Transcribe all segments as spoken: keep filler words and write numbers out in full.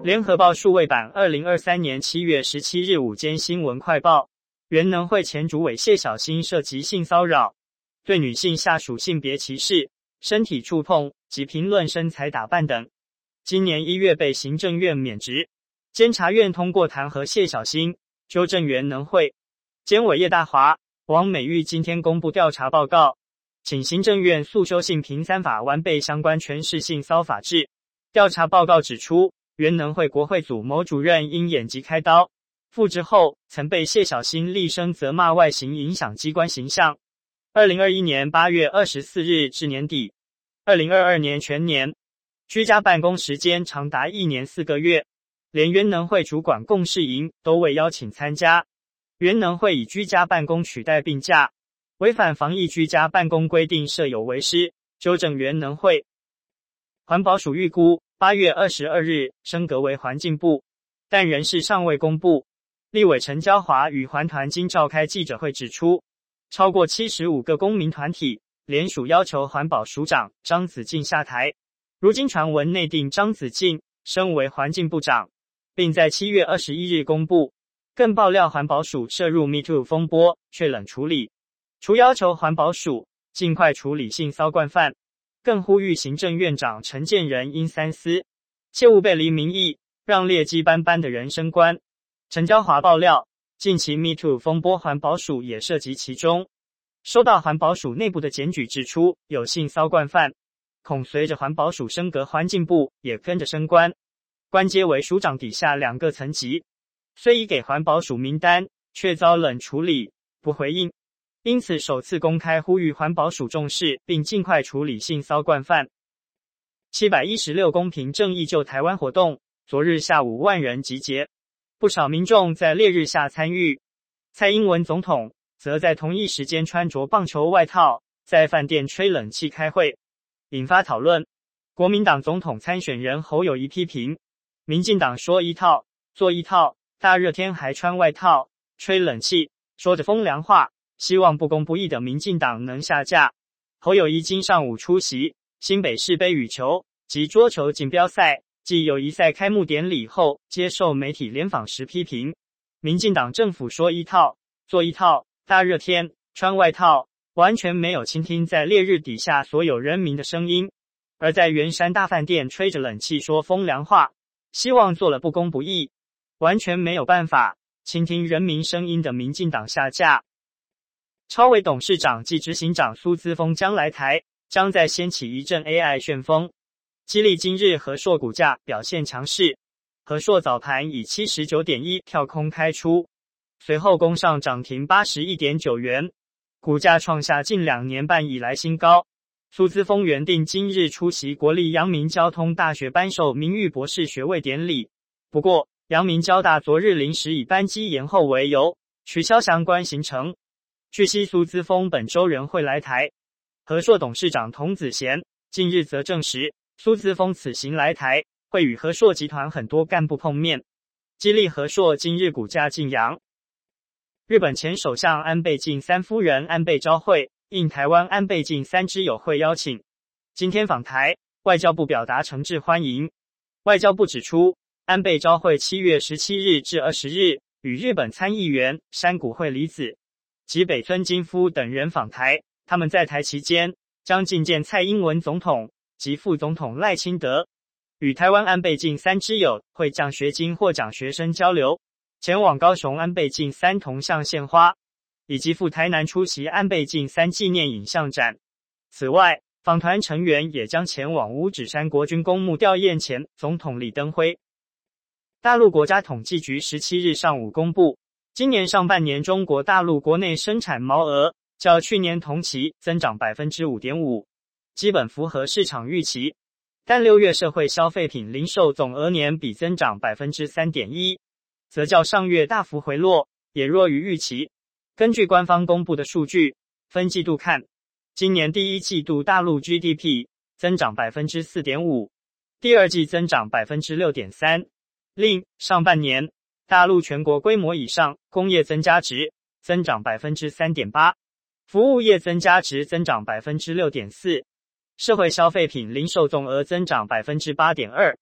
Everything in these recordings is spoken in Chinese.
联合报数位版二零二三年七月十七日午间新闻快报，原能会前主委谢小新涉及性骚扰，对女性下属性别歧视、身体触碰及评论身材打扮等，今年一月被行政院免职。监察院通过弹劾谢小新，纠正原能会。监委叶大华、王美玉今天公布调查报告，请行政院速修性平三法，完备相关权势性骚法制。调查报告指出，原能会国会组某主任因眼疾开刀复职后，曾被谢小新厉声责骂外形影响机关形象。二零二一年八月二十四日至年底，二零二二年全年，居家办公时间长达一年四个月，连原能会主管共事营都未邀请参加。原能会以居家办公取代病假，违反防疫居家办公规定，设有为师，纠正原能会。环保署预估八月二十二日升格为环境部，但人事尚未公布。立委陈椒华与环团经召开记者会指出，超过七十五个公民团体联署要求环保署长张子静下台。如今传闻内定张子静升为环境部长，并在七月二十一日公布。更爆料环保署涉入 Me Too 风波，却冷处理。除要求环保署尽快处理性骚惯犯，更呼吁行政院长陈建仁应三思，切勿背离民意，让劣迹斑斑的人升官。陈椒华爆料，近期 Me Too 风波环保署也涉及其中。收到环保署内部的检举指出，有性骚惯犯，恐随着环保署升格，环境部也跟着升官，官阶为署长底下两个层级。虽已给环保署名单，却遭冷处理，不回应。因此首次公开呼吁环保署重视并尽快处理性骚惯犯。七百一十六公平正义救台湾活动昨日下午万人集结，不少民众在烈日下参与。蔡英文总统则在同一时间穿着棒球外套，在饭店吹冷气开会，引发讨论。国民党总统参选人侯友宜批评，民进党说一套做一套，大热天还穿外套吹冷气，说着风凉话，希望不公不义的民进党能下架。侯友宜今上午出席新北市杯羽球及桌球锦标赛暨友谊赛开幕典礼后，接受媒体联访时批评，民进党政府说一套做一套，大热天穿外套，完全没有倾听在烈日底下所有人民的声音，而在圆山大饭店吹着冷气说风凉话，希望做了不公不义，完全没有办法倾听人民声音的民进党下架。超微董事长暨执行长苏姿丰将来台，将再掀起一阵 A I 旋风，激励今日和硕股价表现强势。和硕早盘以 七十九点一 跳空开出，随后攻上涨停 八十一点九元，股价创下近两年半以来新高。苏姿丰原定今日出席国立阳明交通大学颁授名誉博士学位典礼，不过阳明交大昨日临时以班机延后为由，取消相关行程。据悉苏姿丰本周仍会来台。和硕董事长童子贤近日则证实，苏姿丰此行来台会与和硕集团很多干部碰面，激励和硕今日股价劲扬。日本前首相安倍晋三夫人安倍昭惠应台湾安倍晋三之友会邀请，今天访台，外交部表达诚挚欢迎。外交部指出，安倍昭惠七月十七日至二十日与日本参议员山谷惠里子及北村金夫等人访台，他们在台期间将觐见蔡英文总统及副总统赖清德，与台湾安倍晋三之友会奖学金获奖学生交流，前往高雄安倍晋三铜像献花，以及赴台南出席安倍晋三纪念影像展。此外，访团成员也将前往五指山国军公墓吊唁前总统李登辉。大陆国家统计局十七日上午公布，今年上半年中国大陆国内生产毛额较去年同期增长 百分之五点五， 基本符合市场预期。但六月社会消费品零售总额年比增长 百分之三点一， 则较上月大幅回落，也弱于预期。根据官方公布的数据，分季度看，今年第一季度大陆 G D P 增长 百分之四点五， 第二季增长 百分之六点三。 另上半年大陆全国规模以上工业增加值增长 百分之三点八， 服务业增加值增长 百分之六点四， 社会消费品零售总额增长 百分之八点二。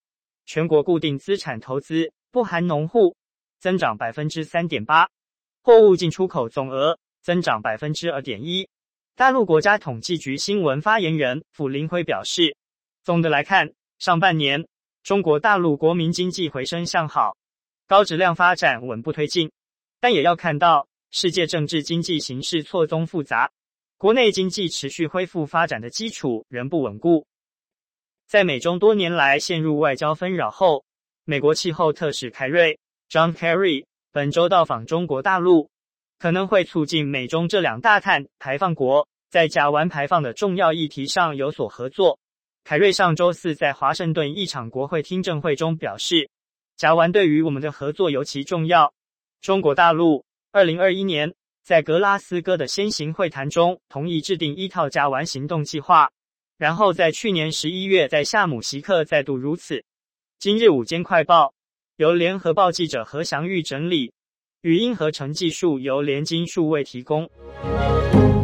全国固定资产投资不含农户增长 百分之三点八， 货物进出口总额增长 百分之二点一。 大陆国家统计局新闻发言人傅林辉表示，总的来看，上半年中国大陆国民经济回升向好，高质量发展稳步推进，但也要看到世界政治经济形势错综复杂，国内经济持续恢复发展的基础仍不稳固。在美中多年来陷入外交纷扰后，美国气候特使凯瑞 John Kerry 本周到访中国大陆，可能会促进美中这两大碳排放国在甲烷排放的重要议题上有所合作。凯瑞上周四在华盛顿一场国会听证会中表示，甲烷对于我们的合作尤其重要。中国大陆二零二一年在格拉斯哥的先行会谈中同意制定一套甲烷行动计划，然后在去年十一月在夏姆锡克再度如此。今日午间快报由联合报记者何祥玉整理，语音合成技术由联金数位提供。